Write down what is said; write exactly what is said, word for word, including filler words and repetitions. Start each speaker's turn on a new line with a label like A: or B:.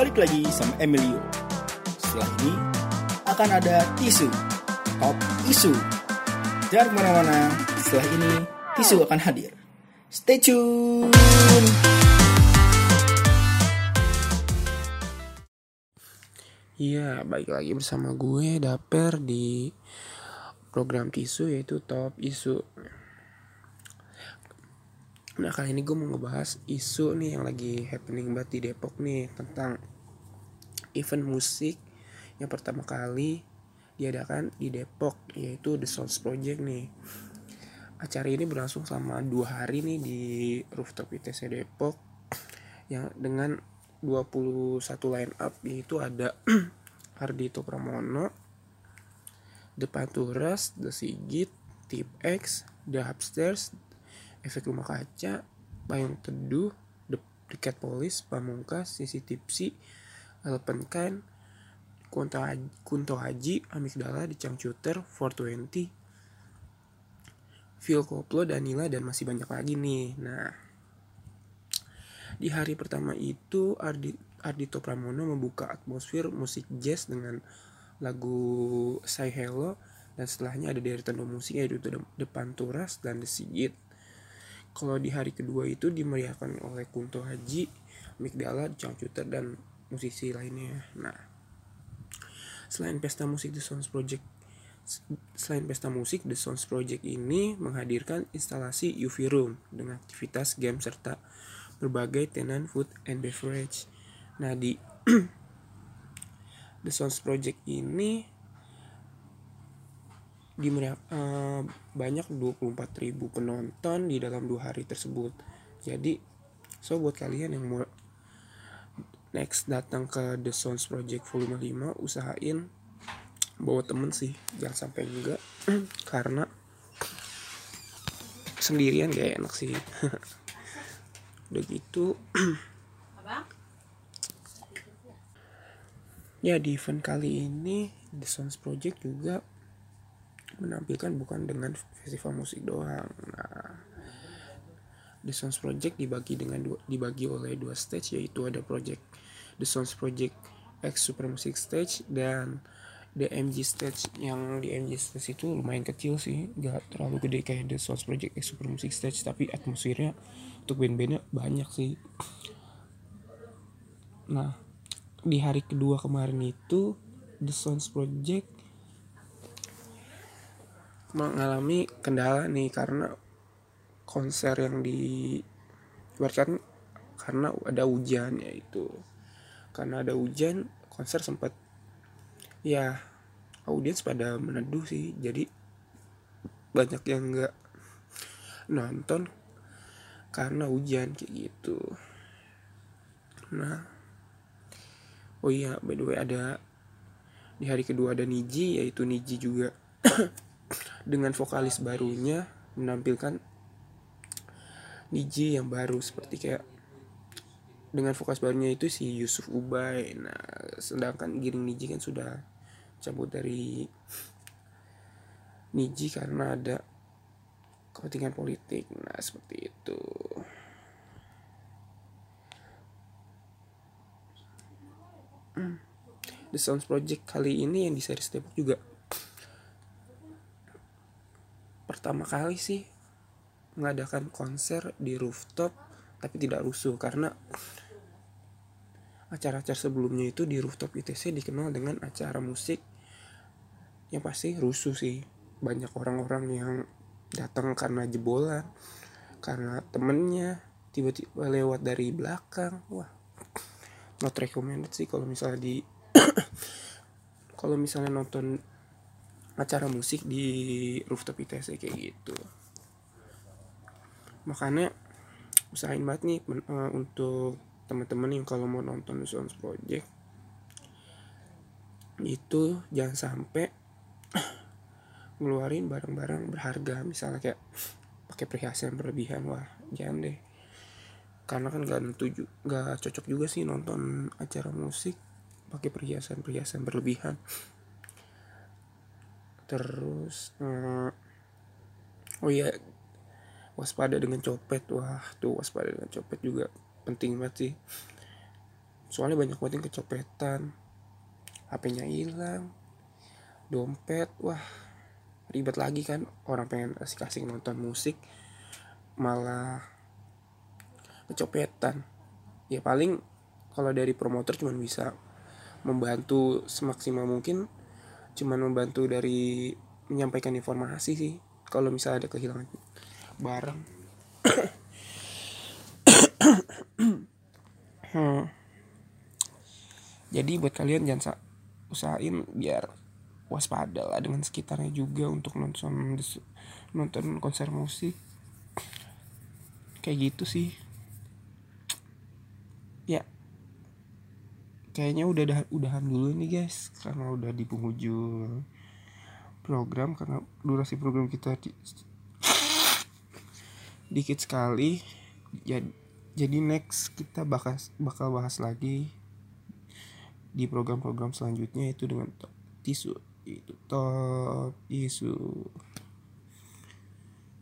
A: balik lagi sama Emilio. Setelah ini akan ada tisu, top isu. Jangan kemana-mana, setelah ini tisu akan hadir. Stay tune.
B: Iya, balik lagi bersama gue Daper di program tisu yaitu top isu. Nah, kali ini gue mau ngebahas isu nih yang lagi happening banget di Depok nih, tentang event musik yang pertama kali diadakan di Depok, yaitu The Sounds Project nih. Acara ini berlangsung selama dua hari nih di rooftop I T C Depok, yang dengan dua puluh satu line up, yaitu ada Ardhito Pramono, The Panturas, The Sigit, Tip X, The Upstairs, Efek Rumah Kaca, Payung Teduh, The, The Cat Police, Pamungkas, Sisi Tipsi, Elephant Kind, Kunto Haji, Kunto Haji, Amigdala, The Changcuter, four twenty, Phil Koplo, Danila, dan masih banyak lagi nih. Nah, di hari pertama itu Ardhito Pramono membuka atmosfer musik jazz dengan lagu Say Hello, dan setelahnya ada deretan musik yaitu The Panturas dan The Sigit. Kalau di hari kedua itu dimeriahkan oleh Kunto Haji, Amigdala, Changcuter, dan musisi lainnya. Nah, selain pesta musik The Sounds Project, selain pesta musik The Sounds Project ini menghadirkan instalasi U V Room dengan aktivitas game serta berbagai tenan food and beverage. Nah, di The Sounds Project ini dimeriah uh, banyak dua puluh empat ribu penonton di dalam dua hari tersebut. Jadi, so buat kalian yang mau next datang ke The Sounds Project volume lima, usahain bawa temen sih, jangan sampai enggak karena sendirian gak enak sih. Udah gitu ya, di event kali ini The Sounds Project juga menampilkan bukan dengan festival musik doang. Nah, The Sounds Project dibagi dengan dua, dibagi oleh dua stage, yaitu ada project The Sounds Project X Super Music Stage dan The M G Stage. Yang di M G Stage itu lumayan kecil sih, gak terlalu gede kayak The Sounds Project X Super Music Stage, tapi atmosfernya untuk band-bandnya banyak sih. Nah, di hari kedua kemarin itu The Sounds Project mengalami kendala nih karena konser yang dibuatkan karena ada hujan, yaitu karena ada hujan konser sempat ya audiens pada meneduh sih, jadi banyak yang nggak nonton karena hujan kayak gitu. Nah, oh iya, by the way, ada di hari kedua ada Niji, yaitu Niji juga dengan vokalis barunya menampilkan Niji yang baru, seperti kayak dengan vokalis barunya itu si Yusuf Ubay. Nah, sedangkan Giring Niji kan sudah cabut dari Niji karena ada kepentingan politik. Nah, seperti itu. The Sounds Project kali ini yang di series Depok juga pertama kali sih mengadakan konser di rooftop tapi tidak rusuh, karena acara-acara sebelumnya itu di rooftop I T C dikenal dengan acara musik yang pasti rusuh sih. Banyak orang-orang yang datang karena jebolan, karena temennya tiba-tiba lewat dari belakang. Wah, not recommended sih kalau misalnya di kalau misalnya nonton acara musik di rooftop I T C kayak gitu. Makanya usahain banget nih uh, untuk teman-teman yang kalau mau nonton The Sounds Project itu jangan sampai ngeluarin barang-barang berharga, misalnya kayak pakai perhiasan berlebihan. Wah, jangan deh, karena kan gak nentu, gak cocok juga sih nonton acara musik pakai perhiasan-perhiasan berlebihan. Terus uh, oh iya, waspada dengan copet. Wah, tuh waspada dengan copet juga penting banget sih. Soalnya banyak banget yang kecopetan, H P-nya hilang, dompet, wah ribet lagi kan. Orang pengen asik-asik nonton musik malah kecopetan. Ya paling kalau dari promotor cuma bisa membantu semaksimal mungkin, cuma membantu dari menyampaikan informasi sih kalau misalnya ada kehilangan barang. hmm. Jadi buat kalian jangan usahain biar waspada lah dengan sekitarnya juga untuk nonton nonton konser musik kayak gitu sih. Ya kayaknya udah dah, udahan dulu nih guys, karena udah di penghujung program, karena durasi program kita di, dikit sekali. Jadi, jadi next kita bakal bakal bahas lagi di program-program selanjutnya, itu dengan top tisu, itu top isu.